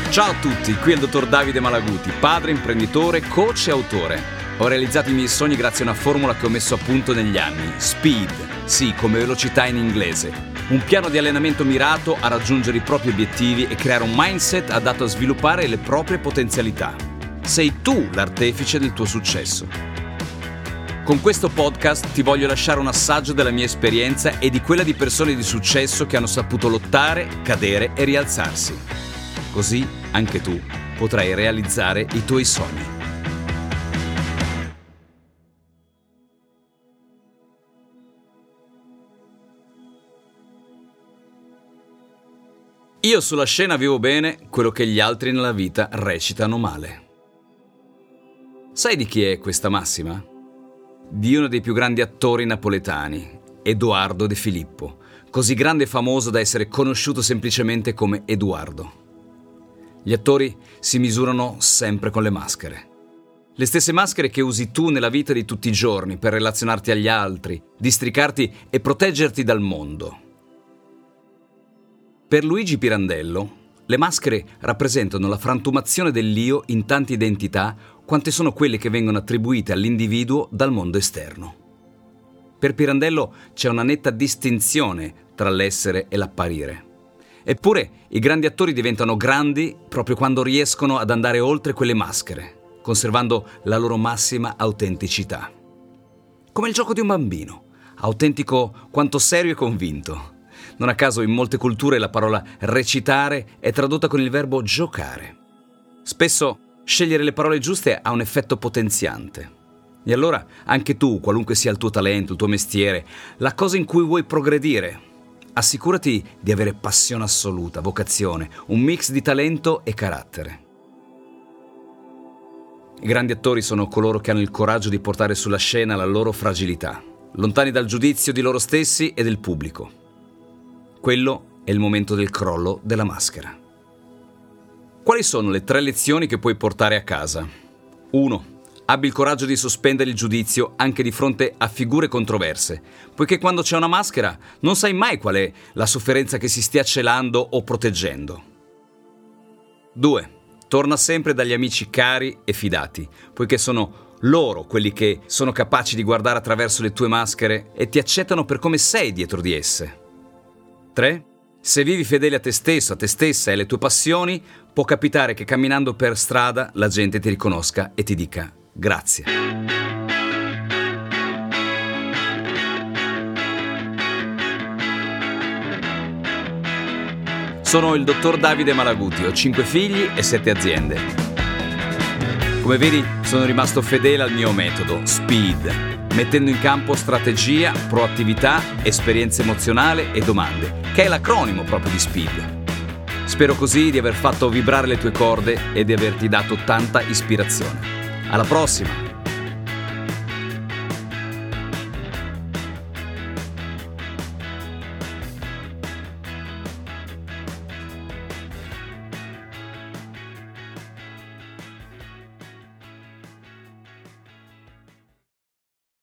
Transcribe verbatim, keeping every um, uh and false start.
Ciao a tutti, qui è il dottor Davide Malaguti, padre, imprenditore, coach e autore. Ho realizzato i miei sogni grazie a una formula che ho messo a punto negli anni. Speed, sì, come velocità in inglese. Un piano di allenamento mirato a raggiungere i propri obiettivi e creare un mindset adatto a sviluppare le proprie potenzialità. Sei tu l'artefice del tuo successo. Con questo podcast ti voglio lasciare un assaggio della mia esperienza e di quella di persone di successo che hanno saputo lottare, cadere e rialzarsi. Così anche tu potrai realizzare i tuoi sogni. Io sulla scena vivo bene quello che gli altri nella vita recitano male. Sai di chi è questa massima? Di uno dei più grandi attori napoletani, Edoardo De Filippo, così grande e famoso da essere conosciuto semplicemente come Edoardo. Gli attori si misurano sempre con le maschere. Le stesse maschere che usi tu nella vita di tutti i giorni per relazionarti agli altri, districarti e proteggerti dal mondo. Per Luigi Pirandello, le maschere rappresentano la frantumazione dell'io in tante identità quante sono quelle che vengono attribuite all'individuo dal mondo esterno. Per Pirandello c'è una netta distinzione tra l'essere e l'apparire. Eppure i grandi attori diventano grandi proprio quando riescono ad andare oltre quelle maschere, conservando la loro massima autenticità. Come il gioco di un bambino, autentico quanto serio e convinto. Non a caso in molte culture la parola recitare è tradotta con il verbo giocare. Spesso scegliere le parole giuste ha un effetto potenziante. E allora anche tu, qualunque sia il tuo talento, il tuo mestiere, la cosa in cui vuoi progredire, assicurati di avere passione assoluta, vocazione, un mix di talento e carattere. I grandi attori sono coloro che hanno il coraggio di portare sulla scena la loro fragilità, lontani dal giudizio di loro stessi e del pubblico. Quello è il momento del crollo della maschera. Quali sono le tre lezioni che puoi portare a casa? uno. Abbi il coraggio di sospendere il giudizio anche di fronte a figure controverse, poiché quando c'è una maschera non sai mai qual è la sofferenza che si stia celando o proteggendo. due. Torna sempre dagli amici cari e fidati, poiché sono loro quelli che sono capaci di guardare attraverso le tue maschere e ti accettano per come sei dietro di esse. tre. Se vivi fedele a te stesso, a te stessa e alle tue passioni, può capitare che camminando per strada la gente ti riconosca e ti dica grazie. Sono il dottor Davide Malaguti, ho cinque figli e sette aziende. Come vedi, sono rimasto fedele al mio metodo, Speed, mettendo in campo strategia, proattività, esperienza emozionale e domande, che è l'acronimo proprio di Speed. Spero così di aver fatto vibrare le tue corde e di averti dato tanta ispirazione. Alla prossima!